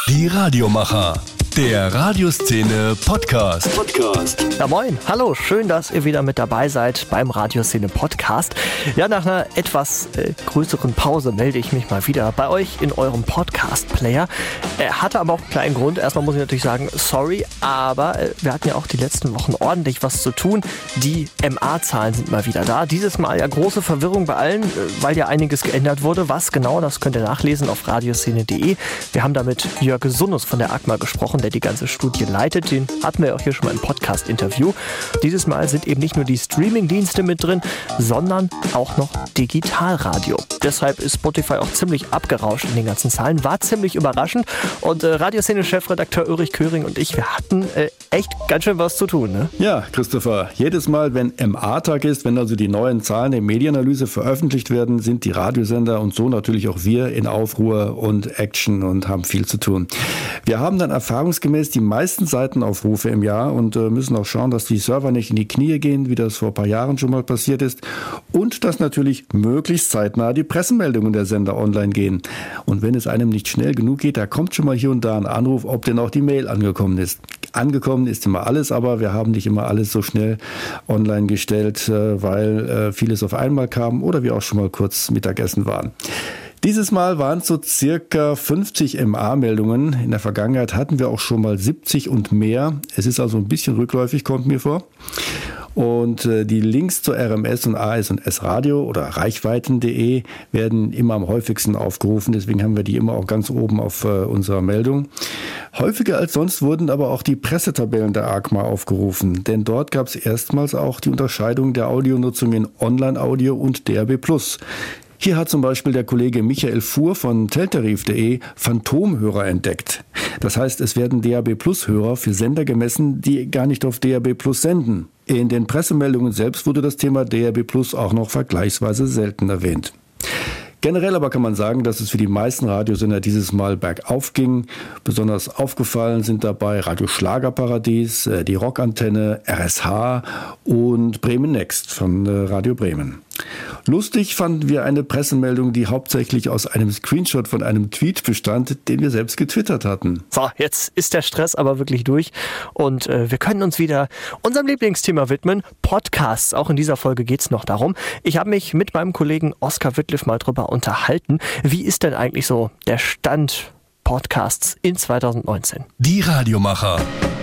Die Radiomacher. Der Radioszene Podcast. Ja, moin, hallo, schön, dass ihr wieder mit dabei seid beim Radioszene Podcast. Ja, nach einer etwas größeren Pause melde ich mich mal wieder bei euch in eurem Podcast-Player. Hatte aber auch einen kleinen Grund. Erstmal muss ich natürlich sagen, sorry, aber wir hatten ja auch die letzten Wochen ordentlich was zu tun. Die MA-Zahlen sind mal wieder da. Dieses Mal ja große Verwirrung bei allen, weil ja einiges geändert wurde. Was genau, das könnt ihr nachlesen auf radioszene.de. Wir haben da mit Jörg Sunnus von der ACMA gesprochen, der die ganze Studie leitet. Den hatten wir auch hier schon mal im Podcast-Interview. Dieses Mal sind eben nicht nur die Streaming-Dienste mit drin, sondern auch noch Digitalradio. Deshalb ist Spotify auch ziemlich abgerauscht in den ganzen Zahlen. War ziemlich überraschend. Und Radioszene-Chefredakteur Ulrich Köhring und ich, wir hatten echt ganz schön was zu tun. Ne? Ja, Christopher, jedes Mal, wenn MA-Tag ist, wenn also die neuen Zahlen der Medienanalyse veröffentlicht werden, sind die Radiosender und so natürlich auch wir in Aufruhr und Action und haben viel zu tun. Wir haben dann erfahrungsgemäß die meisten Seitenaufrufe im Jahr und müssen auch schauen, dass die Server nicht in die Knie gehen, wie das vor ein paar Jahren schon mal passiert ist. Und dass natürlich möglichst zeitnah die Pressemeldungen der Sender online gehen. Und wenn es einem nicht schnell genug geht, da kommt schon mal hier und da ein Anruf, ob denn auch die Mail angekommen ist. Angekommen ist immer alles, aber wir haben nicht immer alles so schnell online gestellt, weil vieles auf einmal kam oder wir auch schon mal kurz Mittagessen waren. Dieses Mal waren es so circa 50 MA-Meldungen. In der Vergangenheit hatten wir auch schon mal 70 und mehr. Es ist also ein bisschen rückläufig, kommt mir vor. Und die Links zur RMS und AS und S Radio oder reichweiten.de werden immer am häufigsten aufgerufen. Deswegen haben wir die immer auch ganz oben auf unserer Meldung. Häufiger als sonst wurden aber auch die Pressetabellen der ACMA aufgerufen. Denn dort gab es erstmals auch die Unterscheidung der Audionutzung in Online-Audio und DAB+. Hier hat zum Beispiel der Kollege Michael Fuhr von Teltarif.de Phantomhörer entdeckt. Das heißt, es werden DAB+-Hörer für Sender gemessen, die gar nicht auf DAB+ senden. In den Pressemeldungen selbst wurde das Thema DAB+ auch noch vergleichsweise selten erwähnt. Generell aber kann man sagen, dass es für die meisten Radiosender dieses Mal bergauf ging. Besonders aufgefallen sind dabei Radio Schlagerparadies, die Rockantenne, RSH und Bremen Next von Radio Bremen. Lustig fanden wir eine Pressemeldung, die hauptsächlich aus einem Screenshot von einem Tweet bestand, den wir selbst getwittert hatten. So, jetzt ist der Stress aber wirklich durch und wir können uns wieder unserem Lieblingsthema widmen, Podcasts. Auch in dieser Folge geht es noch darum. Ich habe mich mit meinem Kollegen Oskar Wittliff mal drüber unterhalten. Wie ist denn eigentlich so der Stand Podcasts in 2019? Die Radiomacher.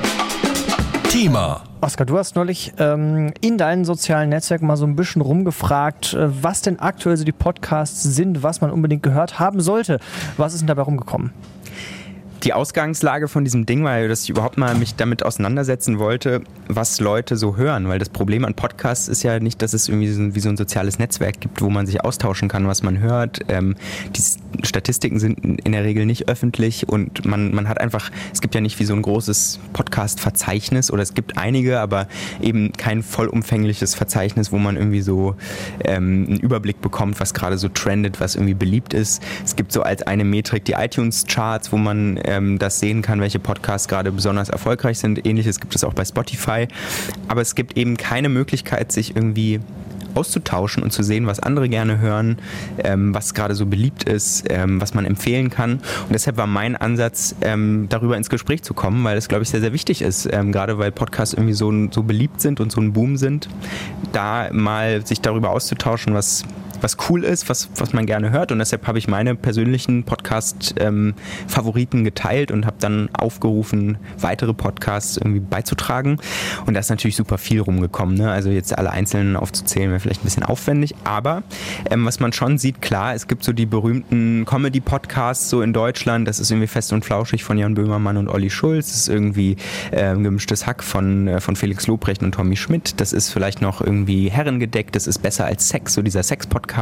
Thema. Oskar, du hast neulich in deinen sozialen Netzwerken mal so ein bisschen rumgefragt, was denn aktuell so die Podcasts sind, was man unbedingt gehört haben sollte. Was ist denn dabei rumgekommen? Die Ausgangslage von diesem Ding war ja, dass ich überhaupt mal mich damit auseinandersetzen wollte, was Leute so hören. Weil das Problem an Podcasts ist ja nicht, dass es irgendwie wie so ein soziales Netzwerk gibt, wo man sich austauschen kann, was man hört. Die Statistiken sind in der Regel nicht öffentlich und man hat einfach, es gibt ja nicht wie so ein großes Podcast-Verzeichnis oder es gibt einige, aber eben kein vollumfängliches Verzeichnis, wo man irgendwie so einen Überblick bekommt, was gerade so trendet, was irgendwie beliebt ist. Es gibt so als eine Metrik die iTunes-Charts, wo man das sehen kann, welche Podcasts gerade besonders erfolgreich sind. Ähnliches gibt es auch bei Spotify. Aber es gibt eben keine Möglichkeit, sich irgendwie auszutauschen und zu sehen, was andere gerne hören, was gerade so beliebt ist, was man empfehlen kann. Und deshalb war mein Ansatz, darüber ins Gespräch zu kommen, weil es, glaube ich, sehr, sehr wichtig ist, gerade weil Podcasts irgendwie so beliebt sind und so ein Boom sind, da mal sich darüber auszutauschen, was cool ist, was man gerne hört. Und deshalb habe ich meine persönlichen Podcast-Favoriten geteilt und habe dann aufgerufen, weitere Podcasts irgendwie beizutragen. Und da ist natürlich super viel rumgekommen. Ne? Also jetzt alle einzelnen aufzuzählen wäre vielleicht ein bisschen aufwendig. Aber was man schon sieht, klar, es gibt so die berühmten Comedy-Podcasts so in Deutschland. Das ist irgendwie Fest und Flauschig von Jan Böhmermann und Olli Schulz. Das ist irgendwie Gemischtes Hack von Felix Lobrecht und Tommy Schmidt. Das ist vielleicht noch irgendwie Herrengedeckt. Das ist Besser als Sex, so dieser Sex-Podcast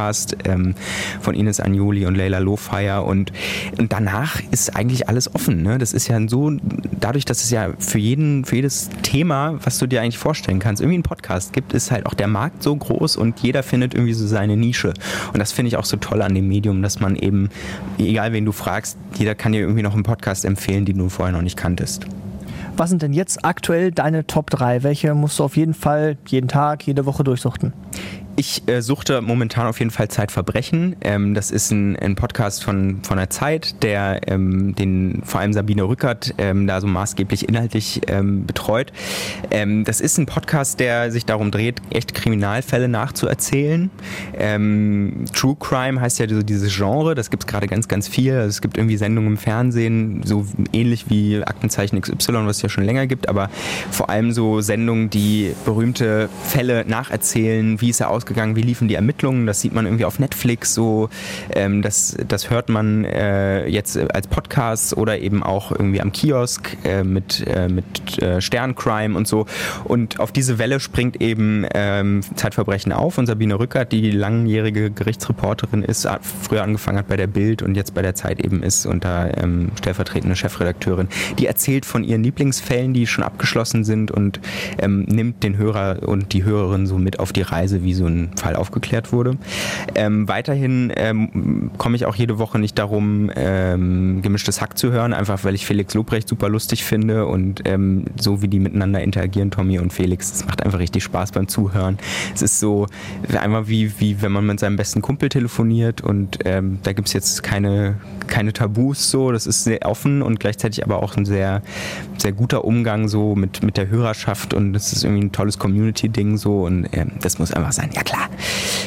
von Ines Agnoli und Leila Lofeyer und danach ist eigentlich alles offen. Ne? Das ist ja so, dadurch, dass es ja für jedes Thema, was du dir eigentlich vorstellen kannst, irgendwie einen Podcast gibt, ist halt auch der Markt so groß und jeder findet irgendwie so seine Nische. Und das finde ich auch so toll an dem Medium, dass man eben, egal wen du fragst, jeder kann dir irgendwie noch einen Podcast empfehlen, den du vorher noch nicht kanntest. Was sind denn jetzt aktuell deine Top 3? Welche musst du auf jeden Fall jeden Tag, jede Woche durchsuchten? Ich suchte momentan auf jeden Fall Zeitverbrechen. Das ist ein Podcast von der Zeit, der den vor allem Sabine Rückert da so maßgeblich inhaltlich betreut. Das ist ein Podcast, der sich darum dreht, echte Kriminalfälle nachzuerzählen. True Crime heißt ja dieses Genre, das gibt es gerade ganz, ganz viel. Also es gibt irgendwie Sendungen im Fernsehen, so ähnlich wie Aktenzeichen XY, was es ja schon länger gibt, aber vor allem so Sendungen, die berühmte Fälle nacherzählen, wie ist er ausgegangen, wie liefen die Ermittlungen, das sieht man irgendwie auf Netflix so, das hört man jetzt als Podcast oder eben auch irgendwie am Kiosk mit Sterncrime und so, und auf diese Welle springt eben Zeitverbrechen auf, und Sabine Rückert, die langjährige Gerichtsreporterin ist, früher angefangen hat bei der Bild und jetzt bei der Zeit eben ist und da stellvertretende Chefredakteurin, die erzählt von ihren Lieblingsfällen, die schon abgeschlossen sind, und nimmt den Hörer und die Hörerin so mit auf die Reise, wie so ein Fall aufgeklärt wurde. Weiterhin komme ich auch jede Woche nicht darum, Gemischtes Hack zu hören, einfach weil ich Felix Lobrecht super lustig finde, und so wie die miteinander interagieren, Tommy und Felix, das macht einfach richtig Spaß beim Zuhören. Es ist so einmal wie wenn man mit seinem besten Kumpel telefoniert, und da gibt es jetzt keine Tabus so, das ist sehr offen und gleichzeitig aber auch ein sehr, sehr guter Umgang so mit der Hörerschaft, und das ist irgendwie ein tolles Community-Ding so, und das muss einfach sein, ja klar.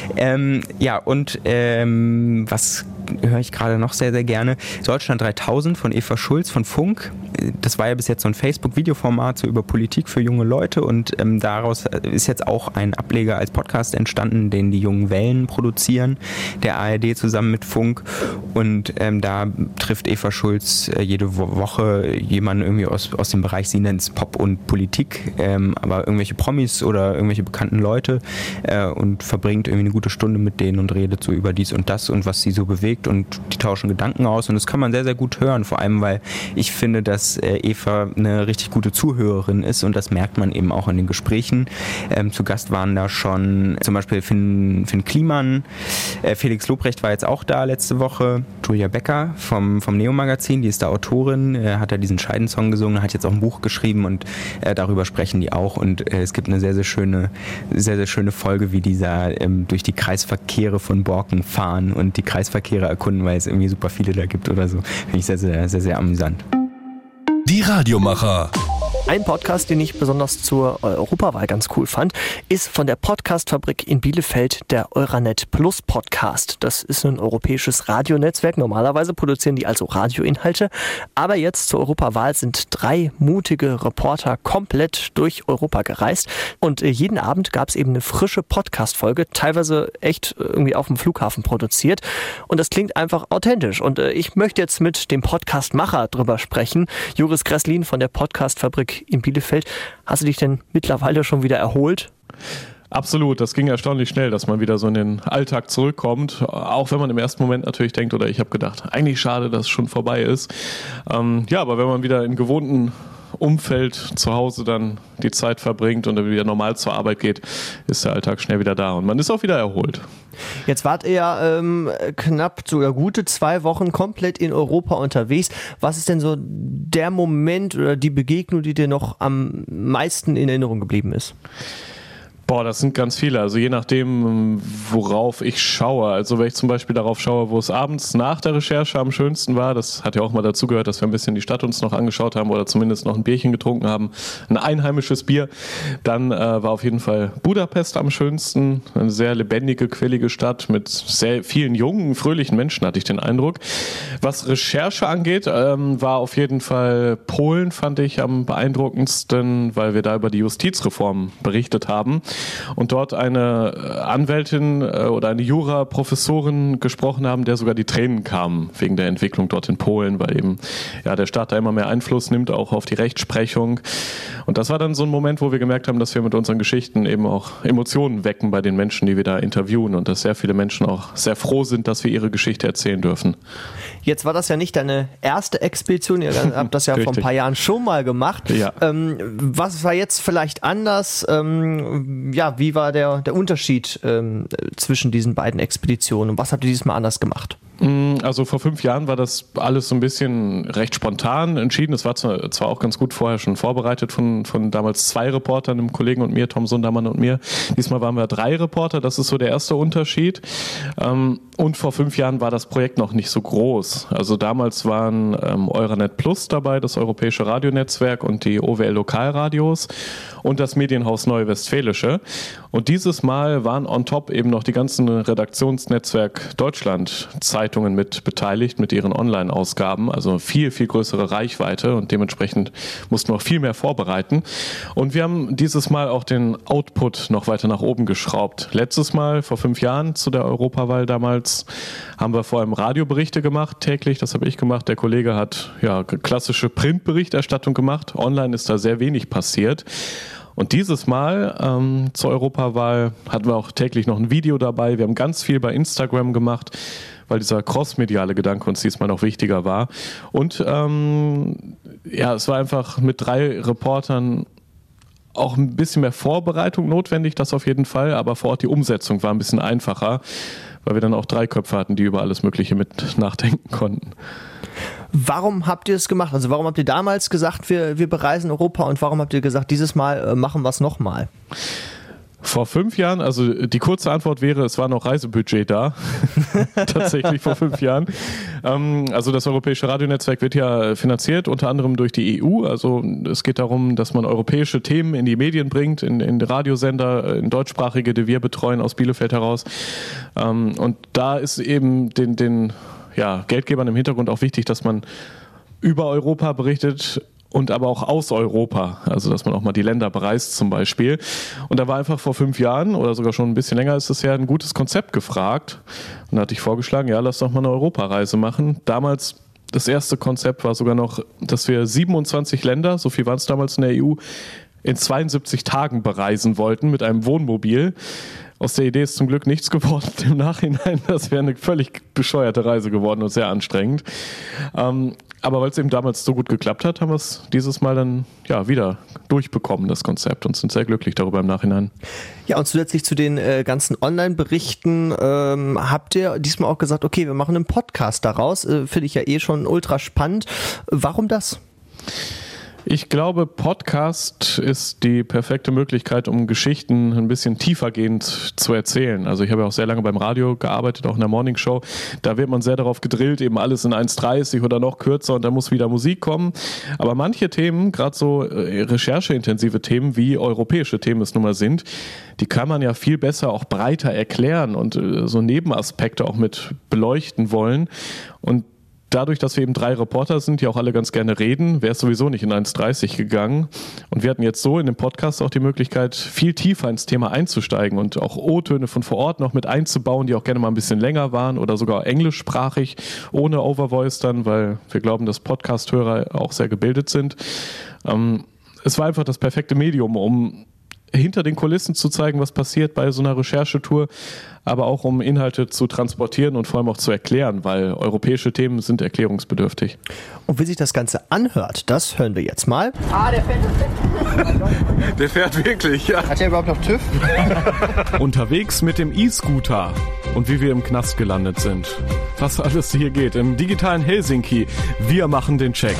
Was höre ich gerade noch sehr, sehr gerne? Deutschland 3000 von Eva Schulz von Funk. Das war ja bis jetzt so ein Facebook-Videoformat so über Politik für junge Leute, und daraus ist jetzt auch ein Ableger als Podcast entstanden, den die Jungen Wellen produzieren, der ARD zusammen mit Funk, und da trifft Eva Schulz jede Woche jemanden irgendwie aus dem Bereich, sie nennt es Pop und Politik, aber irgendwelche Promis oder irgendwelche bekannten Leute, und verbringt irgendwie eine gute Stunde mit denen und redet so über dies und das und was sie so bewegt, und die tauschen Gedanken aus, und das kann man sehr, sehr gut hören, vor allem, weil ich finde, dass Eva eine richtig gute Zuhörerin ist, und das merkt man eben auch in den Gesprächen. Zu Gast waren da schon zum Beispiel Finn Kliman, Felix Lobrecht war jetzt auch da letzte Woche, Julia Becker vom Neo-Magazin, die ist da Autorin, hat da diesen Scheidensong gesungen, hat jetzt auch ein Buch geschrieben, und darüber sprechen die auch, und es gibt eine sehr, sehr schöne Folge, wie die da durch die Kreisverkehre von Borken fahren und die Kreisverkehre erkunden, weil es irgendwie super viele da gibt oder so. Finde ich sehr, sehr, sehr, sehr amüsant. Die Radiomacher. Ein Podcast, den ich besonders zur Europawahl ganz cool fand, ist von der Podcastfabrik in Bielefeld der Euranet Plus Podcast. Das ist ein europäisches Radionetzwerk. Normalerweise produzieren die also Radioinhalte. Aber jetzt zur Europawahl sind 3 mutige Reporter komplett durch Europa gereist. Und jeden Abend gab es eben eine frische Podcast-Folge, teilweise echt irgendwie auf dem Flughafen produziert. Und das klingt einfach authentisch. Und ich möchte jetzt mit dem Podcastmacher drüber sprechen. Joris Gresslin von der Podcastfabrik in Bielefeld. Hast du dich denn mittlerweile schon wieder erholt? Absolut, das ging erstaunlich schnell, dass man wieder so in den Alltag zurückkommt, auch wenn man im ersten Moment natürlich denkt, oder ich habe gedacht, eigentlich schade, dass es schon vorbei ist. Aber wenn man wieder im gewohnten Umfeld zu Hause dann die Zeit verbringt und dann wieder normal zur Arbeit geht, ist der Alltag schnell wieder da und man ist auch wieder erholt. Jetzt wart ihr ja knapp sogar gute 2 Wochen komplett in Europa unterwegs. Was ist denn so der Moment oder die Begegnung, die dir noch am meisten in Erinnerung geblieben ist? Boah, das sind ganz viele. Also je nachdem, worauf ich schaue. Also wenn ich zum Beispiel darauf schaue, wo es abends nach der Recherche am schönsten war, das hat ja auch mal dazu gehört, dass wir ein bisschen die Stadt uns noch angeschaut haben oder zumindest noch ein Bierchen getrunken haben, ein einheimisches Bier, dann war auf jeden Fall Budapest am schönsten. Eine sehr lebendige, quirlige Stadt mit sehr vielen jungen, fröhlichen Menschen, hatte ich den Eindruck. Was Recherche angeht, war auf jeden Fall Polen, fand ich am beeindruckendsten, weil wir da über die Justizreform berichtet haben. Und dort eine Anwältin oder eine Jura-Professorin gesprochen haben, der sogar die Tränen kamen wegen der Entwicklung dort in Polen, weil eben der Staat da immer mehr Einfluss nimmt, auch auf die Rechtsprechung. Und das war dann so ein Moment, wo wir gemerkt haben, dass wir mit unseren Geschichten eben auch Emotionen wecken bei den Menschen, die wir da interviewen, und dass sehr viele Menschen auch sehr froh sind, dass wir ihre Geschichte erzählen dürfen. Jetzt war das ja nicht deine erste Expedition, ihr habt das ja vor ein paar Jahren schon mal gemacht. Ja. Was war jetzt vielleicht anders? Wie war der Unterschied zwischen diesen beiden Expeditionen und was habt ihr diesmal anders gemacht? Also vor 5 Jahren war das alles so ein bisschen recht spontan entschieden. Es war zwar auch ganz gut vorher schon vorbereitet von damals 2 Reportern, einem Kollegen und mir, Tom Sundermann und mir. Diesmal waren wir 3 Reporter, das ist so der erste Unterschied. Und vor 5 Jahren war das Projekt noch nicht so groß. Also damals waren Euranet Plus dabei, das europäische Radionetzwerk und die OWL Lokalradios und das Medienhaus Neue Westfälische. Und dieses Mal waren on top eben noch die ganzen Redaktionsnetzwerk Deutschland Zeitungen mit beteiligt, mit ihren Online-Ausgaben, also viel, viel größere Reichweite und dementsprechend mussten wir auch viel mehr vorbereiten. Und wir haben dieses Mal auch den Output noch weiter nach oben geschraubt. Letztes Mal, vor 5 Jahren, zu der Europawahl damals, haben wir vor allem Radioberichte gemacht, täglich, das habe ich gemacht. Der Kollege hat klassische Printberichterstattung gemacht. Online ist da sehr wenig passiert. Und dieses Mal zur Europawahl hatten wir auch täglich noch ein Video dabei. Wir haben ganz viel bei Instagram gemacht, weil dieser crossmediale Gedanke uns diesmal noch wichtiger war. Und es war einfach mit 3 Reportern auch ein bisschen mehr Vorbereitung notwendig, das auf jeden Fall. Aber vor Ort die Umsetzung war ein bisschen einfacher, weil wir dann auch 3 Köpfe hatten, die über alles Mögliche mit nachdenken konnten. Warum habt ihr es gemacht? Also warum habt ihr damals gesagt, wir bereisen Europa und warum habt ihr gesagt, dieses Mal machen wir es nochmal? Vor 5 Jahren, also die kurze Antwort wäre, es war noch Reisebudget da. Tatsächlich vor 5 Jahren. Also das europäische Radionetzwerk wird ja finanziert, unter anderem durch die EU. Also es geht darum, dass man europäische Themen in die Medien bringt, in Radiosender, in deutschsprachige, die wir betreuen aus Bielefeld heraus. Und da ist eben den Geldgebern im Hintergrund auch wichtig, dass man über Europa berichtet und aber auch aus Europa, also dass man auch mal die Länder bereist zum Beispiel. Und da war einfach vor 5 Jahren oder sogar schon ein bisschen länger ist es ja ein gutes Konzept gefragt. Und da hatte ich vorgeschlagen, lass doch mal eine Europareise machen. Damals, das erste Konzept war sogar noch, dass wir 27 Länder, so viel waren es damals in der EU, in 72 Tagen bereisen wollten mit einem Wohnmobil. Aus der Idee ist zum Glück nichts geworden im Nachhinein. Das wäre eine völlig bescheuerte Reise geworden und sehr anstrengend. Aber weil es eben damals so gut geklappt hat, haben wir es dieses Mal dann wieder durchbekommen, das Konzept, und sind sehr glücklich darüber im Nachhinein. Ja, und zusätzlich zu den ganzen Online-Berichten habt ihr diesmal auch gesagt, okay, wir machen einen Podcast daraus. Finde ich ja schon ultra spannend. Warum das? Ich glaube, Podcast ist die perfekte Möglichkeit, um Geschichten ein bisschen tiefergehend zu erzählen. Also ich habe ja auch sehr lange beim Radio gearbeitet, auch in der Morningshow. Da wird man sehr darauf gedrillt, eben alles in 1,30 oder noch kürzer und da muss wieder Musik kommen. Aber manche Themen, gerade so rechercheintensive Themen, wie europäische Themen es nun mal sind, die kann man ja viel besser auch breiter erklären und so Nebenaspekte auch mit beleuchten wollen. Und dadurch, dass wir eben 3 Reporter sind, die auch alle ganz gerne reden, wäre es sowieso nicht in 1,30 gegangen. Und wir hatten jetzt so in dem Podcast auch die Möglichkeit, viel tiefer ins Thema einzusteigen und auch O-Töne von vor Ort noch mit einzubauen, die auch gerne mal ein bisschen länger waren oder sogar englischsprachig, ohne Overvoice dann, weil wir glauben, dass Podcast-Hörer auch sehr gebildet sind. Es war einfach das perfekte Medium, um hinter den Kulissen zu zeigen, was passiert bei so einer Recherchetour, aber auch um Inhalte zu transportieren und vor allem auch zu erklären, weil europäische Themen sind erklärungsbedürftig. Und wie sich das Ganze anhört, das hören wir jetzt mal. Der fährt Der fährt wirklich, ja. Hat der überhaupt noch TÜV? Unterwegs mit dem E-Scooter und wie wir im Knast gelandet sind. Was alles hier geht im digitalen Helsinki. Wir machen den Check.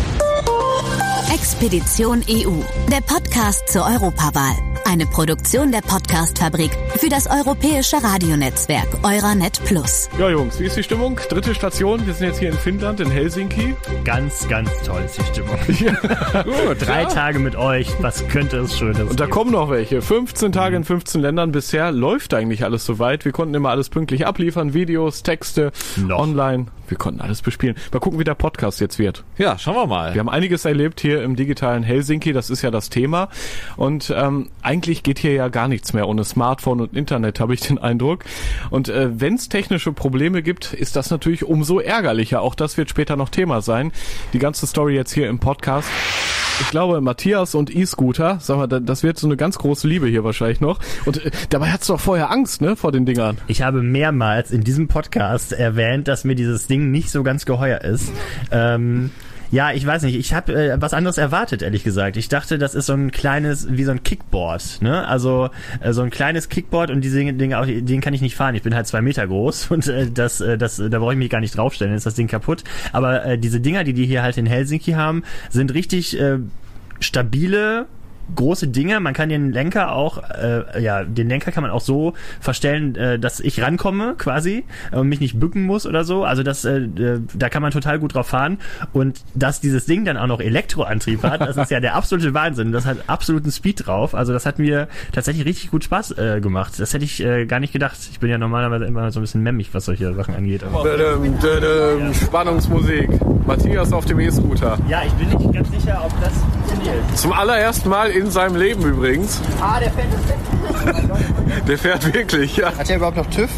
Expedition EU, der Podcast zur Europawahl. Eine Produktion der Podcast-Fabrik für das europäische Radionetzwerk Euranet Plus. Ja, Jungs, wie ist die Stimmung? 3. Station, wir sind jetzt hier in Finnland, in Helsinki. Ganz, ganz toll ist die Stimmung. Ja. Gut, 3 Tage mit euch, was könnte es Schönes Und da geben? kommen noch welche. 15 Tage in 15 Ländern. Bisher läuft eigentlich alles soweit. Wir konnten immer alles pünktlich abliefern, Videos, Texte, online. Wir konnten alles bespielen. Mal gucken, wie der Podcast jetzt wird. Ja, schauen wir mal. Wir haben einiges erlebt hier im digitalen Helsinki, das ist ja das Thema. Und eigentlich geht hier ja gar nichts mehr ohne Smartphone und Internet, habe ich den Eindruck. Und wenn es technische Probleme gibt, ist das natürlich umso ärgerlicher. Auch das wird später noch Thema sein. Die ganze Story jetzt hier im Podcast. Ich glaube, Matthias und E-Scooter, sag mal, das wird so eine ganz große Liebe hier wahrscheinlich noch. Und dabei hat's doch vorher Angst, ne, vor den Dingern. Ich habe mehrmals in diesem Podcast erwähnt, dass mir dieses Ding nicht so ganz geheuer ist. Ja, ich weiß nicht. Ich habe was anderes erwartet, ehrlich gesagt. Ich dachte, das ist so ein kleines, wie so ein Kickboard, ne? Also so ein kleines Kickboard und diese Dinge, den kann ich nicht fahren. Ich bin halt 2 Meter groß und da brauche ich mich gar nicht draufstellen, dann ist das Ding kaputt. Aber diese Dinger, die hier halt in Helsinki haben, sind richtig stabile, große Dinge. Man kann den Lenker auch, den Lenker kann man auch so verstellen, dass ich rankomme quasi und mich nicht bücken muss oder so. Also da kann man total gut drauf fahren. Und dass dieses Ding dann auch noch Elektroantrieb hat, das ist ja der absolute Wahnsinn. Das hat absoluten Speed drauf. Also das hat mir tatsächlich richtig gut Spaß gemacht. Das hätte ich gar nicht gedacht. Ich bin ja normalerweise immer so ein bisschen memmig, was solche Sachen angeht. Spannungsmusik. Matthias auf dem E-Scooter. Ja, ich bin nicht ganz sicher, ob das funktioniert. Zum allerersten Mal in seinem Leben übrigens. Der fährt das. Der fährt wirklich, ja. Hat der überhaupt noch TÜV?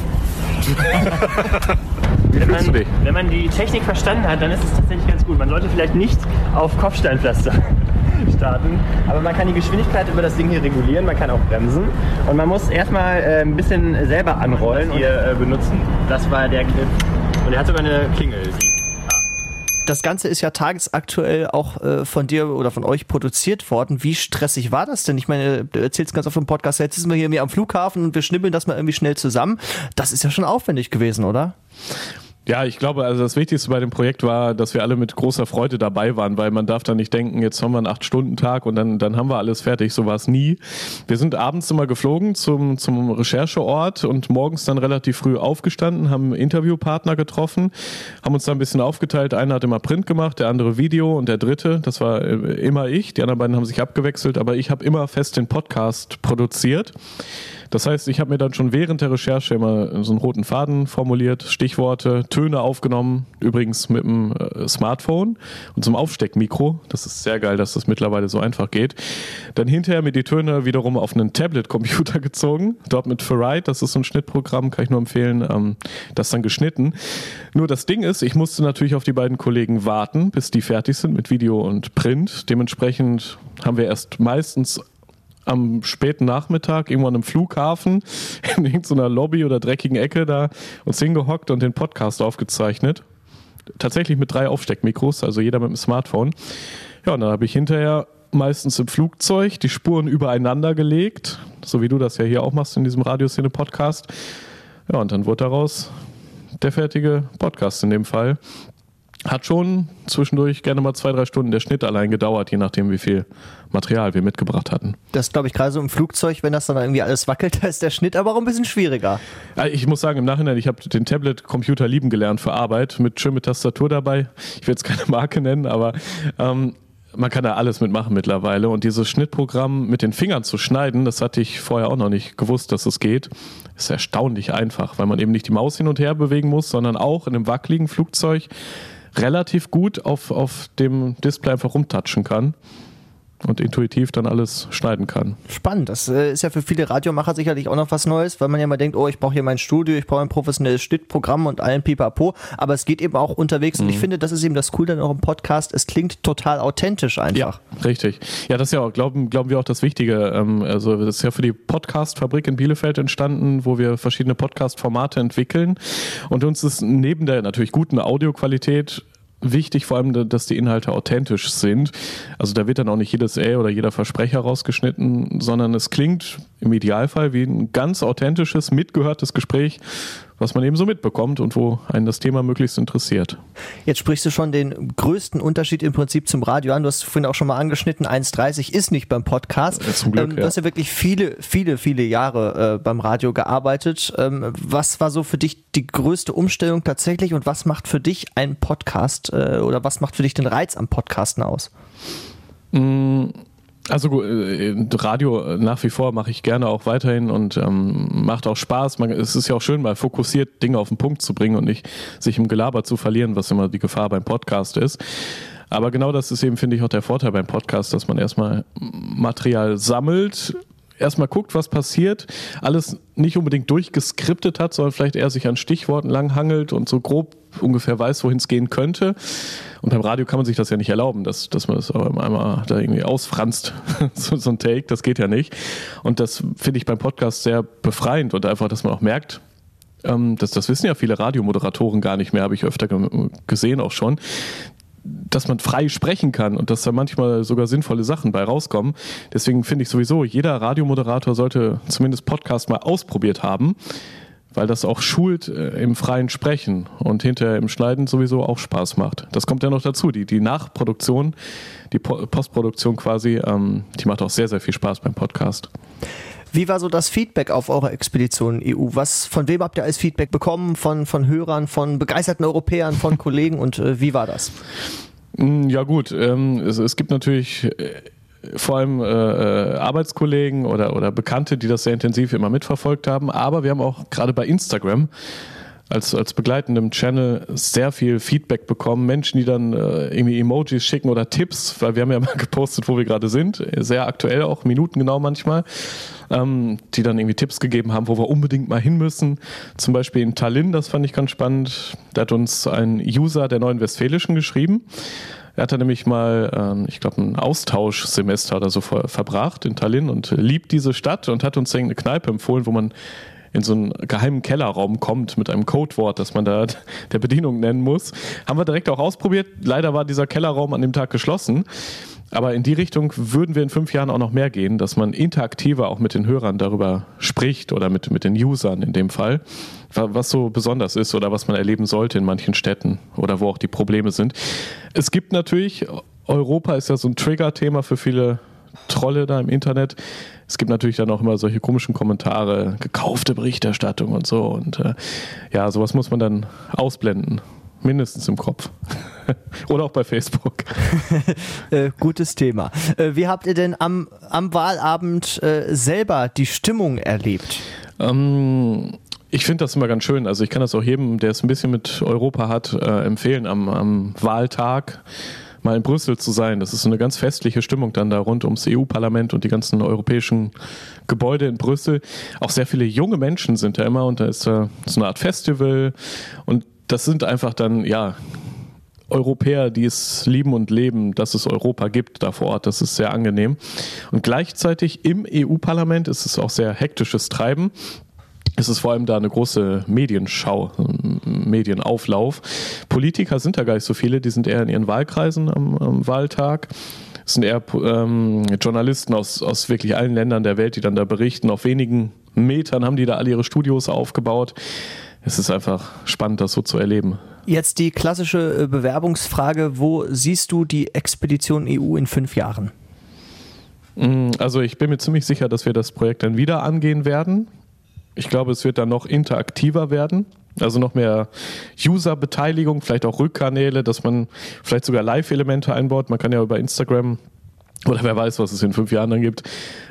Wenn man die Technik verstanden hat, dann ist es tatsächlich ganz gut. Man sollte vielleicht nicht auf Kopfsteinpflaster starten, aber man kann die Geschwindigkeit über das Ding hier regulieren, man kann auch bremsen und man muss erstmal ein bisschen selber anrollen und hier benutzen. Das war der Clip. Und er hat sogar eine Klingel. Das Ganze ist ja tagesaktuell auch von dir oder von euch produziert worden. Wie stressig war das denn? Ich meine, du erzählst ganz oft im Podcast, jetzt sind wir hier am Flughafen und wir schnibbeln das mal irgendwie schnell zusammen. Das ist ja schon aufwendig gewesen, oder? Ja, ich glaube, also das Wichtigste bei dem Projekt war, dass wir alle mit großer Freude dabei waren, weil man darf da nicht denken, jetzt haben wir einen 8-Stunden-Tag und dann haben wir alles fertig. So war es nie. Wir sind abends immer geflogen zum Rechercheort und morgens dann relativ früh aufgestanden, haben Interviewpartner getroffen, haben uns da ein bisschen aufgeteilt. Einer hat immer Print gemacht, der andere Video und der dritte, das war immer ich. Die anderen beiden haben sich abgewechselt, aber ich habe immer fest den Podcast produziert. Das heißt, ich habe mir dann schon während der Recherche immer so einen roten Faden formuliert, Stichworte, Töne aufgenommen, übrigens mit dem Smartphone und zum Aufsteckmikro. Das ist sehr geil, dass das mittlerweile so einfach geht. Dann hinterher mir die Töne wiederum auf einen Tablet-Computer gezogen, dort mit Ferrite, das ist so ein Schnittprogramm, kann ich nur empfehlen, das dann geschnitten. Nur das Ding ist, ich musste natürlich auf die beiden Kollegen warten, bis die fertig sind mit Video und Print. Dementsprechend haben wir erst meistens am späten Nachmittag irgendwann im Flughafen in irgendeiner Lobby oder dreckigen Ecke da uns hingehockt und den Podcast aufgezeichnet. Tatsächlich mit 3 Aufsteckmikros, also jeder mit dem Smartphone. Ja, und dann habe ich hinterher meistens im Flugzeug die Spuren übereinander gelegt, so wie du das ja hier auch machst in diesem Radioszene-Podcast. Ja, und dann wurde daraus der fertige Podcast in dem Fall. Hat schon zwischendurch gerne mal 2-3 Stunden der Schnitt allein gedauert, je nachdem, wie viel Material wir mitgebracht hatten. Das glaube ich gerade so im Flugzeug, wenn das dann irgendwie alles wackelt, da ist der Schnitt aber auch ein bisschen schwieriger. Ja, ich muss sagen, im Nachhinein, ich habe den Tablet-Computer lieben gelernt für Arbeit, schön mit Tastatur dabei. Ich will jetzt keine Marke nennen, aber man kann da alles mitmachen mittlerweile. Und dieses Schnittprogramm mit den Fingern zu schneiden, das hatte ich vorher auch noch nicht gewusst, dass es geht. Ist erstaunlich einfach, weil man eben nicht die Maus hin und her bewegen muss, sondern auch in einem wackeligen Flugzeug relativ gut auf dem Display einfach rumtatschen kann und intuitiv dann alles schneiden kann. Spannend, das ist ja für viele Radiomacher sicherlich auch noch was Neues, weil man ja mal denkt, oh, ich brauche hier mein Studio, ich brauche ein professionelles Schnittprogramm und allen Pipapo, aber es geht eben auch unterwegs und ich finde, das ist eben das Coole dann auch im Podcast, es klingt total authentisch einfach. Ja, richtig. Ja, das ist ja auch, glauben wir auch das Wichtige, also das ist ja für die Podcast-Fabrik in Bielefeld entstanden, wo wir verschiedene Podcast-Formate entwickeln und uns ist neben der natürlich guten Audioqualität wichtig vor allem, dass die Inhalte authentisch sind. Also da wird dann auch nicht jedes oder jeder Versprecher rausgeschnitten, sondern es klingt im Idealfall wie ein ganz authentisches, mitgehörtes Gespräch, was man eben so mitbekommt und wo einen das Thema möglichst interessiert. Jetzt sprichst du schon den größten Unterschied im Prinzip zum Radio an. Du hast vorhin auch schon mal angeschnitten, 1,30 ist nicht beim Podcast. Zum Glück, du hast ja wirklich viele Jahre beim Radio gearbeitet. Was war so für dich die größte Umstellung tatsächlich und was macht für dich ein Podcast oder was macht für dich den Reiz am Podcasten aus? Also Radio nach wie vor mache ich gerne auch weiterhin und macht auch Spaß. Es ist ja auch schön, mal fokussiert Dinge auf den Punkt zu bringen und nicht sich im Gelaber zu verlieren, was immer die Gefahr beim Podcast ist. Aber genau das ist eben, finde ich, auch der Vorteil beim Podcast, dass man erstmal Material sammelt, erstmal guckt, was passiert, alles nicht unbedingt durchgeskriptet hat, sondern vielleicht eher sich an Stichworten langhangelt und so grob ungefähr weiß, wohin es gehen könnte. Und beim Radio kann man sich das ja nicht erlauben, dass man das einmal da irgendwie ausfranst, so ein Take, das geht ja nicht. Und das finde ich beim Podcast sehr befreiend und einfach, dass man auch merkt, das wissen ja viele Radiomoderatoren gar nicht mehr, habe ich öfter gesehen auch schon. dass man frei sprechen kann und dass da manchmal sogar sinnvolle Sachen bei rauskommen. Deswegen finde ich sowieso, jeder Radiomoderator sollte zumindest Podcast mal ausprobiert haben, weil das auch schult im freien Sprechen und hinterher im Schneiden sowieso auch Spaß macht. Das kommt ja noch dazu. Die Nachproduktion, die Postproduktion quasi, die macht auch sehr, sehr viel Spaß beim Podcast. Wie war so das Feedback auf eurer Expedition EU? Von wem habt ihr als Feedback bekommen? Von Hörern, von begeisterten Europäern, von Kollegen und wie war das? Ja gut, es gibt natürlich vor allem Arbeitskollegen oder Bekannte, die das sehr intensiv immer mitverfolgt haben, aber wir haben auch gerade bei Instagram als begleitendem Channel sehr viel Feedback bekommen. Menschen, die dann irgendwie Emojis schicken oder Tipps, weil wir haben ja mal gepostet, wo wir gerade sind, sehr aktuell auch, minutengenau manchmal, die dann irgendwie Tipps gegeben haben, wo wir unbedingt mal hin müssen. Zum Beispiel in Tallinn, das fand ich ganz spannend. Da hat uns ein User der Neuen Westfälischen geschrieben. Er hat da nämlich mal, ich glaube, ein Austauschsemester oder so verbracht in Tallinn und liebt diese Stadt und hat uns eine Kneipe empfohlen, wo man in so einen geheimen Kellerraum kommt mit einem Codewort, das man da der Bedienung nennen muss. Haben wir direkt auch ausprobiert. Leider war dieser Kellerraum an dem Tag geschlossen. Aber in die Richtung würden wir in 5 Jahren auch noch mehr gehen, dass man interaktiver auch mit den Hörern darüber spricht oder mit den Usern in dem Fall, was so besonders ist oder was man erleben sollte in manchen Städten oder wo auch die Probleme sind. Es gibt natürlich, Europa ist ja so ein Trigger-Thema für viele Trolle da im Internet. Es gibt natürlich dann auch immer solche komischen Kommentare, gekaufte Berichterstattung und so. Und ja, sowas muss man dann ausblenden. Mindestens im Kopf. Oder auch bei Facebook. Gutes Thema. Wie habt ihr denn am Wahlabend selber die Stimmung erlebt? Ich finde das immer ganz schön. Also ich kann das auch jedem, der es ein bisschen mit Europa hat, empfehlen, am Wahltag mal in Brüssel zu sein. Das ist so eine ganz festliche Stimmung dann da rund ums EU-Parlament und die ganzen europäischen Gebäude in Brüssel. Auch sehr viele junge Menschen sind da immer und da ist so eine Art Festival und das sind einfach dann, ja, Europäer, die es lieben und leben, dass es Europa gibt da vor Ort. Das ist sehr angenehm. Und gleichzeitig im EU-Parlament ist es auch sehr hektisches Treiben. Es ist vor allem da eine große Medienschau, Medienauflauf. Politiker sind da gar nicht so viele, die sind eher in ihren Wahlkreisen am Wahltag. Es sind eher Journalisten aus wirklich allen Ländern der Welt, die dann da berichten. Auf wenigen Metern haben die da alle ihre Studios aufgebaut. Es ist einfach spannend, das so zu erleben. Jetzt die klassische Bewerbungsfrage, wo siehst du die Expedition EU in 5 Jahren? Also ich bin mir ziemlich sicher, dass wir das Projekt dann wieder angehen werden. Ich glaube, es wird dann noch interaktiver werden, also noch mehr User-Beteiligung, vielleicht auch Rückkanäle, dass man vielleicht sogar Live-Elemente einbaut. Man kann ja über Instagram oder wer weiß, was es in 5 Jahren dann gibt,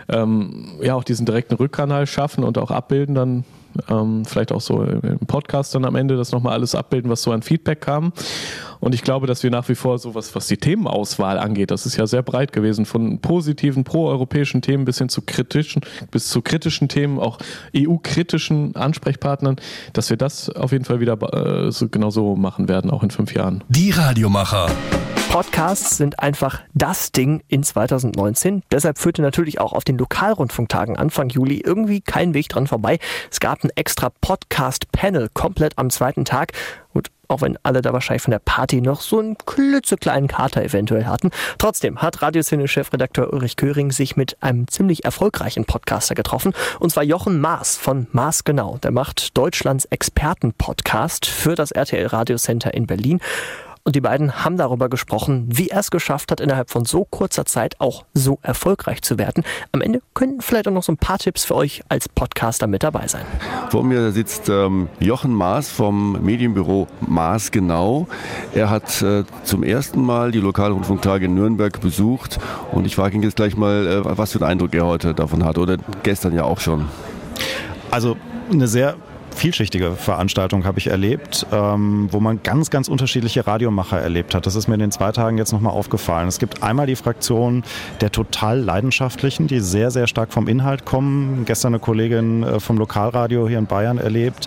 ja auch diesen direkten Rückkanal schaffen und auch abbilden dann. Vielleicht auch so im Podcast dann am Ende das nochmal alles abbilden, was so an Feedback kam. Und ich glaube, dass wir nach wie vor so was die Themenauswahl angeht, das ist ja sehr breit gewesen, von positiven, pro-europäischen Themen bis hin zu kritischen Themen, auch EU-kritischen Ansprechpartnern, dass wir das auf jeden Fall wieder genauso machen werden, auch in 5 Jahren. Die Radiomacher. Podcasts sind einfach das Ding in 2019. Deshalb führte natürlich auch auf den Lokalrundfunktagen Anfang Juli irgendwie kein Weg dran vorbei. Es gab ein extra Podcast-Panel komplett am 2. Tag. Und auch wenn alle da wahrscheinlich von der Party noch so einen klitzekleinen Kater eventuell hatten. Trotzdem hat Radioszene-Chefredakteur Ulrich Köhring sich mit einem ziemlich erfolgreichen Podcaster getroffen. Und zwar Jochen Maas von Maas Genau. Der macht Deutschlands Experten-Podcast für das RTL Radiocenter in Berlin. Und die beiden haben darüber gesprochen, wie er es geschafft hat, innerhalb von so kurzer Zeit auch so erfolgreich zu werden. Am Ende können vielleicht auch noch so ein paar Tipps für euch als Podcaster mit dabei sein. Vor mir sitzt Jochen Maas vom Medienbüro Maas Genau. Er hat zum ersten Mal die Lokalrundfunktage in Nürnberg besucht. Und ich frage ihn jetzt gleich mal, was für einen Eindruck er heute davon hat. Oder gestern ja auch schon. Also eine sehr vielschichtige Veranstaltung habe ich erlebt, wo man ganz, ganz unterschiedliche Radiomacher erlebt hat. Das ist mir in den 2 Tagen jetzt nochmal aufgefallen. Es gibt einmal die Fraktion der total Leidenschaftlichen, die sehr, sehr stark vom Inhalt kommen. Gestern eine Kollegin vom Lokalradio hier in Bayern erlebt,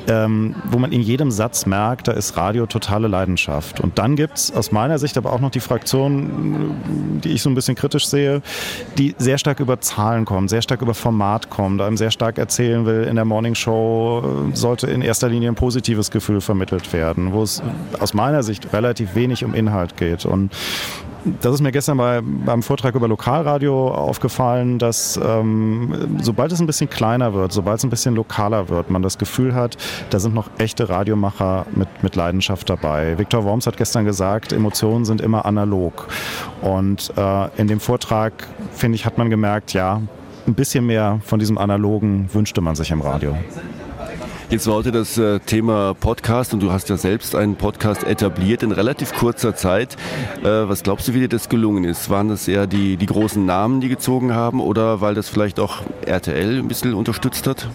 wo man in jedem Satz merkt, da ist Radio totale Leidenschaft. Und dann gibt es aus meiner Sicht aber auch noch die Fraktion, die ich so ein bisschen kritisch sehe, die sehr stark über Zahlen kommt, sehr stark über Format kommt, einem sehr stark erzählen will in der Morningshow, sollte in erster Linie ein positives Gefühl vermittelt werden, wo es aus meiner Sicht relativ wenig um Inhalt geht. Und das ist mir gestern beim Vortrag über Lokalradio aufgefallen, dass sobald es ein bisschen kleiner wird, sobald es ein bisschen lokaler wird, man das Gefühl hat, da sind noch echte Radiomacher mit Leidenschaft dabei. Viktor Worms hat gestern gesagt, Emotionen sind immer analog. Und in dem Vortrag, finde ich, hat man gemerkt, ja, ein bisschen mehr von diesem Analogen wünschte man sich im Radio. Jetzt war heute das Thema Podcast und du hast ja selbst einen Podcast etabliert in relativ kurzer Zeit. Was glaubst du, wie dir das gelungen ist? Waren das eher die großen Namen, die gezogen haben oder weil das vielleicht auch RTL ein bisschen unterstützt hat?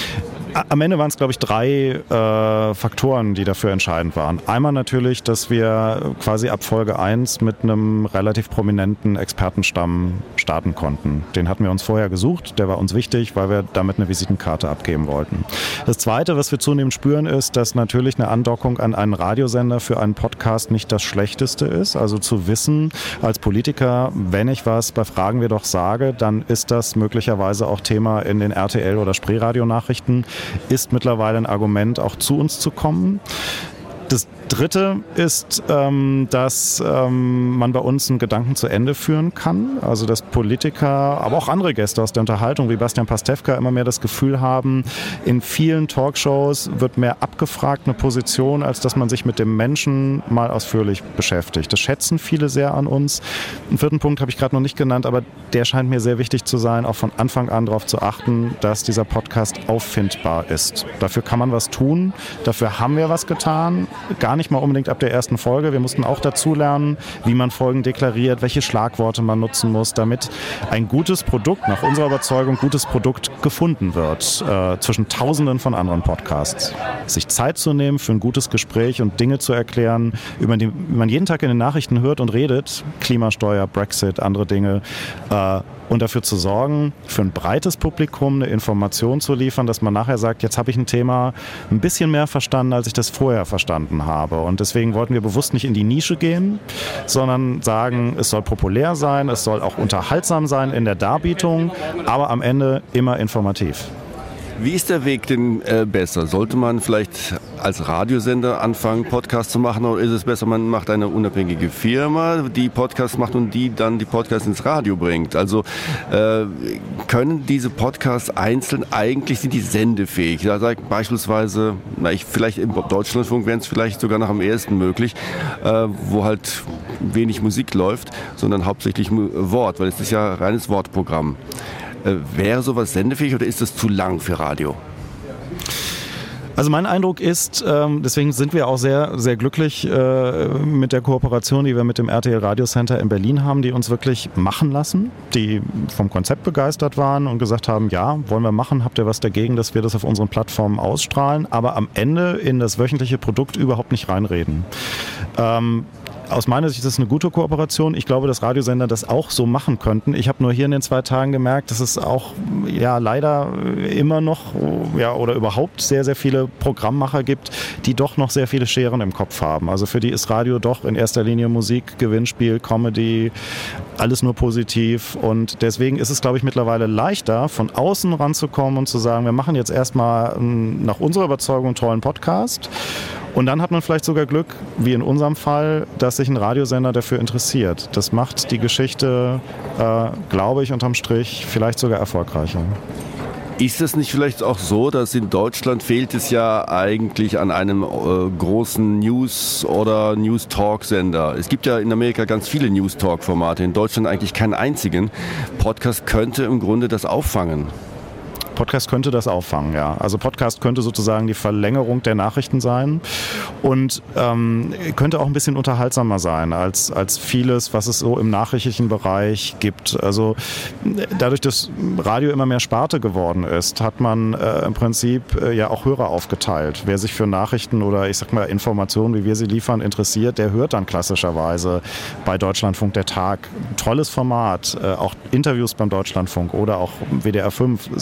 Am Ende waren es, glaube ich, 3 Faktoren, die dafür entscheidend waren. Einmal natürlich, dass wir quasi ab Folge 1 mit einem relativ prominenten Expertenstamm starten konnten. Den hatten wir uns vorher gesucht, der war uns wichtig, weil wir damit eine Visitenkarte abgeben wollten. Das Zweite, was wir zunehmend spüren, ist, dass natürlich eine Andockung an einen Radiosender für einen Podcast nicht das Schlechteste ist. Also zu wissen, als Politiker, wenn ich was bei Fragen wir doch sage, dann ist das möglicherweise auch Thema in den RTL- oder Spreeradio-Nachrichten, ist mittlerweile ein Argument, auch zu uns zu kommen. Das Dritte ist, dass man bei uns einen Gedanken zu Ende führen kann. Also dass Politiker, aber auch andere Gäste aus der Unterhaltung wie Bastian Pastewka immer mehr das Gefühl haben, in vielen Talkshows wird mehr abgefragt eine Position, als dass man sich mit dem Menschen mal ausführlich beschäftigt. Das schätzen viele sehr an uns. Einen 4. Punkt habe ich gerade noch nicht genannt, aber der scheint mir sehr wichtig zu sein, auch von Anfang an darauf zu achten, dass dieser Podcast auffindbar ist. Dafür kann man was tun, dafür haben wir was getan, gar nicht mal unbedingt ab der ersten Folge. Wir mussten auch dazu lernen, wie man Folgen deklariert, welche Schlagworte man nutzen muss, damit ein gutes Produkt, nach unserer Überzeugung, gutes Produkt gefunden wird zwischen Tausenden von anderen Podcasts. Sich Zeit zu nehmen für ein gutes Gespräch und Dinge zu erklären, über die man jeden Tag in den Nachrichten hört und redet, Klimasteuer, Brexit, andere Dinge, und dafür zu sorgen, für ein breites Publikum eine Information zu liefern, dass man nachher sagt, jetzt habe ich ein Thema ein bisschen mehr verstanden, als ich das vorher verstanden habe. Und deswegen wollten wir bewusst nicht in die Nische gehen, sondern sagen, es soll populär sein, es soll auch unterhaltsam sein in der Darbietung, aber am Ende immer informativ. Wie ist der Weg denn besser? Sollte man vielleicht als Radiosender anfangen, Podcasts zu machen, oder ist es besser, man macht eine unabhängige Firma, die Podcasts macht und die dann die Podcasts ins Radio bringt? Also können diese Podcasts einzeln, eigentlich sind die sendefähig? Da sagt beispielsweise, vielleicht im Deutschlandfunk wären es vielleicht sogar noch am ehesten möglich, wo halt wenig Musik läuft, sondern hauptsächlich Wort, weil es ist ja reines Wortprogramm. Wäre sowas sendefähig oder ist das zu lang für Radio? Also mein Eindruck ist, deswegen sind wir auch sehr, sehr glücklich mit der Kooperation, die wir mit dem RTL Radio Center in Berlin haben, die uns wirklich machen lassen, die vom Konzept begeistert waren und gesagt haben, ja, wollen wir machen, habt ihr was dagegen, dass wir das auf unseren Plattformen ausstrahlen, aber am Ende in das wöchentliche Produkt überhaupt nicht reinreden. Aus meiner Sicht ist das eine gute Kooperation. Ich glaube, dass Radiosender das auch so machen könnten. Ich habe nur hier in den 2 Tagen gemerkt, dass es auch leider immer noch oder überhaupt sehr, sehr viele Programmmacher gibt, die doch noch sehr viele Scheren im Kopf haben. Also für die ist Radio doch in erster Linie Musik, Gewinnspiel, Comedy, alles nur positiv. Und deswegen ist es, glaube ich, mittlerweile leichter, von außen ranzukommen und zu sagen, wir machen jetzt erstmal nach unserer Überzeugung einen tollen Podcast. Und dann hat man vielleicht sogar Glück, wie in unserem Fall, dass sich ein Radiosender dafür interessiert. Das macht die Geschichte, glaube ich, unterm Strich vielleicht sogar erfolgreicher. Ist es nicht vielleicht auch so, dass in Deutschland fehlt es ja eigentlich an einem großen News- oder News-Talk-Sender? Es gibt ja in Amerika ganz viele News-Talk-Formate, in Deutschland eigentlich keinen einzigen. Podcast könnte im Grunde das auffangen. Podcast könnte das auffangen, ja. Also Podcast könnte sozusagen die Verlängerung der Nachrichten sein und könnte auch ein bisschen unterhaltsamer sein als vieles, was es so im nachrichtlichen Bereich gibt. Also dadurch, dass Radio immer mehr Sparte geworden ist, hat man im Prinzip ja auch Hörer aufgeteilt. Wer sich für Nachrichten oder ich sag mal Informationen, wie wir sie liefern, interessiert, der hört dann klassischerweise bei Deutschlandfunk der Tag. Tolles Format, auch Interviews beim Deutschlandfunk oder auch WDR 5.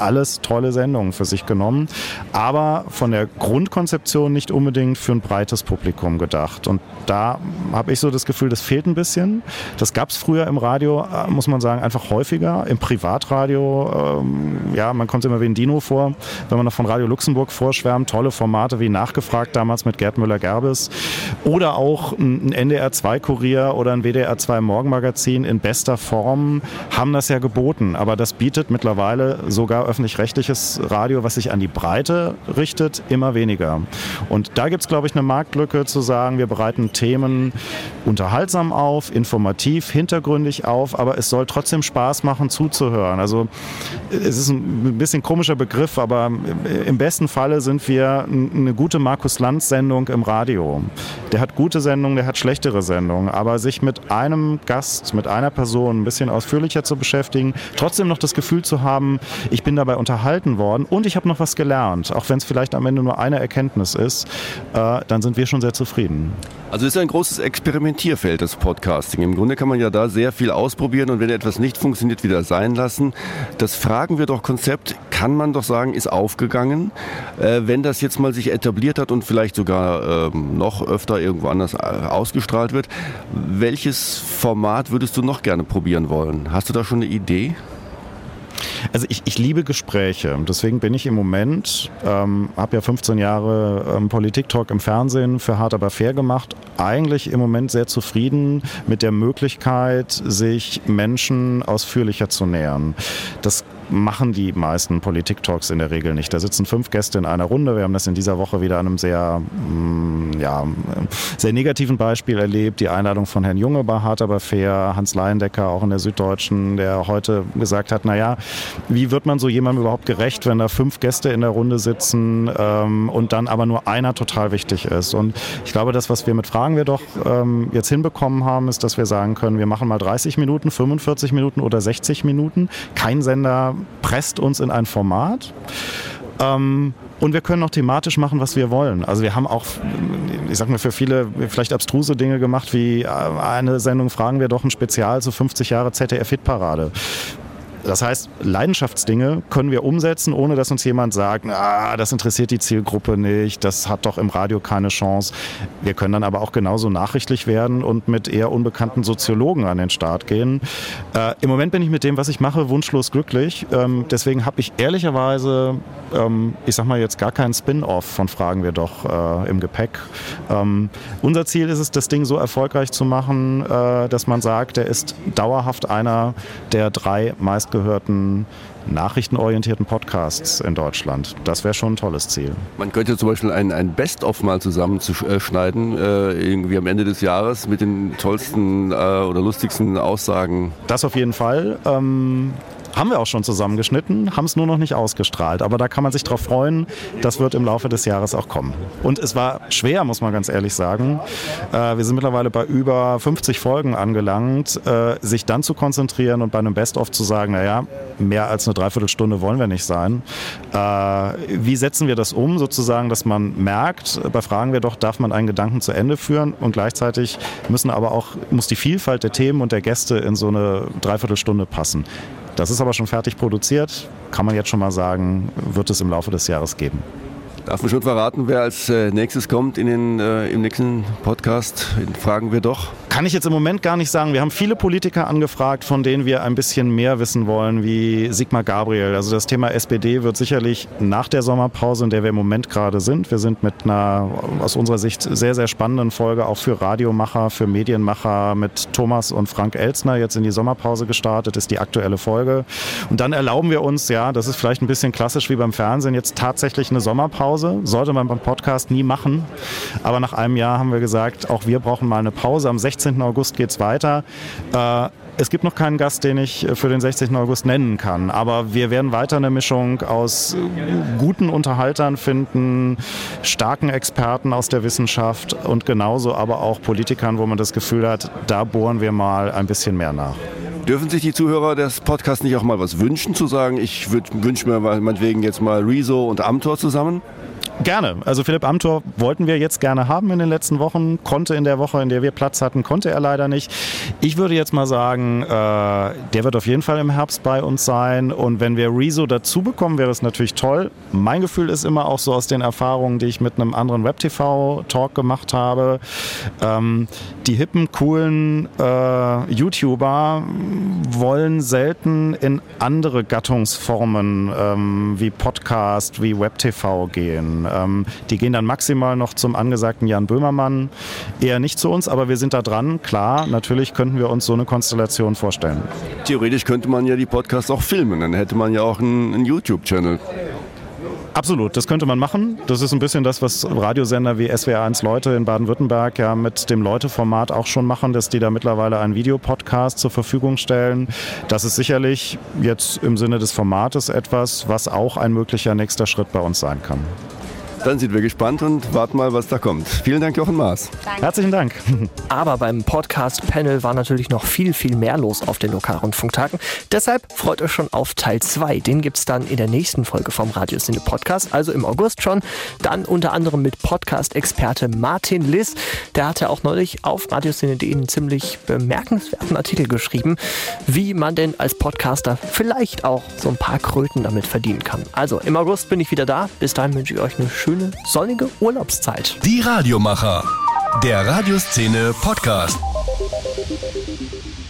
alles tolle Sendungen für sich genommen, aber von der Grundkonzeption nicht unbedingt für ein breites Publikum gedacht. Und da habe ich so das Gefühl, das fehlt ein bisschen. Das gab es früher im Radio, muss man sagen, einfach häufiger. Im Privatradio, man kommt immer wie ein Dino vor, wenn man noch von Radio Luxemburg vorschwärmt. Tolle Formate wie Nachgefragt damals mit Gerd Müller-Gerbes oder auch ein NDR2-Kurier oder ein WDR2-Morgenmagazin in bester Form haben das ja geboten. Aber das bietet mittlerweile sogar öffentlich-rechtliches Radio, was sich an die Breite richtet, immer weniger. Und da gibt es, glaube ich, eine Marktlücke zu sagen, wir bereiten Themen unterhaltsam auf, informativ, hintergründig auf, aber es soll trotzdem Spaß machen, zuzuhören. Also es ist ein bisschen komischer Begriff, aber im besten Falle sind wir eine gute Markus-Lanz-Sendung im Radio. Der hat gute Sendungen, der hat schlechtere Sendungen, aber sich mit einem Gast, mit einer Person ein bisschen ausführlicher zu beschäftigen, trotzdem noch das Gefühl zu haben, ich bin dabei unterhalten worden und ich habe noch was gelernt, auch wenn es vielleicht am Ende nur eine Erkenntnis ist, dann sind wir schon sehr zufrieden. Also es ist ein großes Experimentierfeld, das Podcasting. Im Grunde kann man ja da sehr viel ausprobieren und wenn etwas nicht funktioniert, wieder sein lassen. Das Fragen wir doch Konzept, kann man doch sagen, ist aufgegangen. Wenn das jetzt mal sich etabliert hat und vielleicht sogar noch öfter irgendwo anders ausgestrahlt wird, welches Format würdest du noch gerne probieren wollen? Hast du da schon eine Idee? Also ich liebe Gespräche, deswegen bin ich im Moment, habe ja 15 Jahre Politik-Talk im Fernsehen für Hart aber fair gemacht, eigentlich im Moment sehr zufrieden mit der Möglichkeit, sich Menschen ausführlicher zu nähern. Das machen die meisten Politik-Talks in der Regel nicht. Da sitzen 5 Gäste in einer Runde. Wir haben das in dieser Woche wieder an einem sehr negativen Beispiel erlebt. Die Einladung von Herrn Junge bei Hart aber fair, Hans Leyendecker auch in der Süddeutschen, der heute gesagt hat, wie wird man so jemandem überhaupt gerecht, wenn da 5 Gäste in der Runde sitzen und dann aber nur einer total wichtig ist. Und ich glaube, das, was wir mit Fragen wir doch jetzt hinbekommen haben, ist, dass wir sagen können, wir machen mal 30 Minuten, 45 Minuten oder 60 Minuten. Kein Sender presst uns in ein Format. Und wir können auch thematisch machen, was wir wollen. Also wir haben auch, ich sag mal, für viele vielleicht abstruse Dinge gemacht, wie eine Sendung Fragen wir doch ein Spezial zu 50 Jahre ZDF-Hitparade. Das heißt, Leidenschaftsdinge können wir umsetzen, ohne dass uns jemand sagt, das interessiert die Zielgruppe nicht, das hat doch im Radio keine Chance. Wir können dann aber auch genauso nachrichtlich werden und mit eher unbekannten Soziologen an den Start gehen. Im Moment bin ich mit dem, was ich mache, wunschlos glücklich. Deswegen habe ich ehrlicherweise, ich sag mal jetzt gar keinen Spin-off von Fragen wir doch im Gepäck. Unser Ziel ist es, das Ding so erfolgreich zu machen, dass man sagt, der ist dauerhaft einer der 3 meistgehörten nachrichtenorientierten Podcasts in Deutschland. Das wäre schon ein tolles Ziel. Man könnte zum Beispiel ein Best-of mal zusammenschneiden, irgendwie am Ende des Jahres mit den tollsten oder lustigsten Aussagen. Das auf jeden Fall. Haben wir auch schon zusammengeschnitten, haben es nur noch nicht ausgestrahlt. Aber da kann man sich drauf freuen, das wird im Laufe des Jahres auch kommen. Und es war schwer, muss man ganz ehrlich sagen. Wir sind mittlerweile bei über 50 Folgen angelangt, sich dann zu konzentrieren und bei einem Best-of zu sagen, mehr als eine Dreiviertelstunde wollen wir nicht sein. Wie setzen wir das um, sozusagen, dass man merkt, bei Fragen wir doch, darf man einen Gedanken zu Ende führen und gleichzeitig muss die Vielfalt der Themen und der Gäste in so eine Dreiviertelstunde passen. Das ist aber schon fertig produziert, kann man jetzt schon mal sagen, wird es im Laufe des Jahres geben. Darf man schon verraten, wer als nächstes kommt im nächsten Podcast? Fragen wir doch. Kann ich jetzt im Moment gar nicht sagen. Wir haben viele Politiker angefragt, von denen wir ein bisschen mehr wissen wollen, wie Sigmar Gabriel. Also das Thema SPD wird sicherlich nach der Sommerpause, in der wir im Moment gerade sind. Wir sind mit einer aus unserer Sicht sehr, sehr spannenden Folge auch für Radiomacher, für Medienmacher mit Thomas und Frank Elstner jetzt in die Sommerpause gestartet, ist die aktuelle Folge. Und dann erlauben wir uns, das ist vielleicht ein bisschen klassisch wie beim Fernsehen, jetzt tatsächlich eine Sommerpause. Sollte man beim Podcast nie machen. Aber nach einem Jahr haben wir gesagt, auch wir brauchen mal eine Pause. Am 16. August geht es weiter. Es gibt noch keinen Gast, den ich für den 16. August nennen kann. Aber wir werden weiter eine Mischung aus guten Unterhaltern finden, starken Experten aus der Wissenschaft und genauso aber auch Politikern, wo man das Gefühl hat, da bohren wir mal ein bisschen mehr nach. Dürfen sich die Zuhörer des Podcasts nicht auch mal was wünschen, zu sagen, ich wünsche mir meinetwegen jetzt mal Rezo und Amthor zusammen? Gerne. Also Philipp Amthor wollten wir jetzt gerne haben in den letzten Wochen. Konnte in der Woche, in der wir Platz hatten, konnte er leider nicht. Ich würde jetzt mal sagen, der wird auf jeden Fall im Herbst bei uns sein. Und wenn wir Rezo dazu bekommen, wäre es natürlich toll. Mein Gefühl ist immer auch so aus den Erfahrungen, die ich mit einem anderen Web-TV-Talk gemacht habe. Die hippen, coolen YouTuber wollen selten in andere Gattungsformen wie Podcast, wie Web-TV gehen. Die gehen dann maximal noch zum angesagten Jan Böhmermann, eher nicht zu uns, aber wir sind da dran. Klar, natürlich könnten wir uns so eine Konstellation vorstellen. Theoretisch könnte man ja die Podcasts auch filmen, dann hätte man ja auch einen YouTube-Channel. Absolut, das könnte man machen. Das ist ein bisschen das, was Radiosender wie SWR1 Leute in Baden-Württemberg ja mit dem Leute-Format auch schon machen, dass die da mittlerweile einen Videopodcast zur Verfügung stellen. Das ist sicherlich jetzt im Sinne des Formates etwas, was auch ein möglicher nächster Schritt bei uns sein kann. Dann sind wir gespannt und warten mal, was da kommt. Vielen Dank, Jochen Maas. Danke. Herzlichen Dank. Aber beim Podcast-Panel war natürlich noch viel, viel mehr los auf den Lokalrundfunktagen. Deshalb freut euch schon auf Teil 2. Den gibt es dann in der nächsten Folge vom Radioszene Podcast, also im August schon. Dann unter anderem mit Podcast-Experte Martin Liss. Der hatte auch neulich auf radioszene.de einen ziemlich bemerkenswerten Artikel geschrieben, wie man denn als Podcaster vielleicht auch so ein paar Kröten damit verdienen kann. Also im August bin ich wieder da. Bis dahin wünsche ich euch eine schöne, sonnige Urlaubszeit. Die Radiomacher. Der Radioszene Podcast.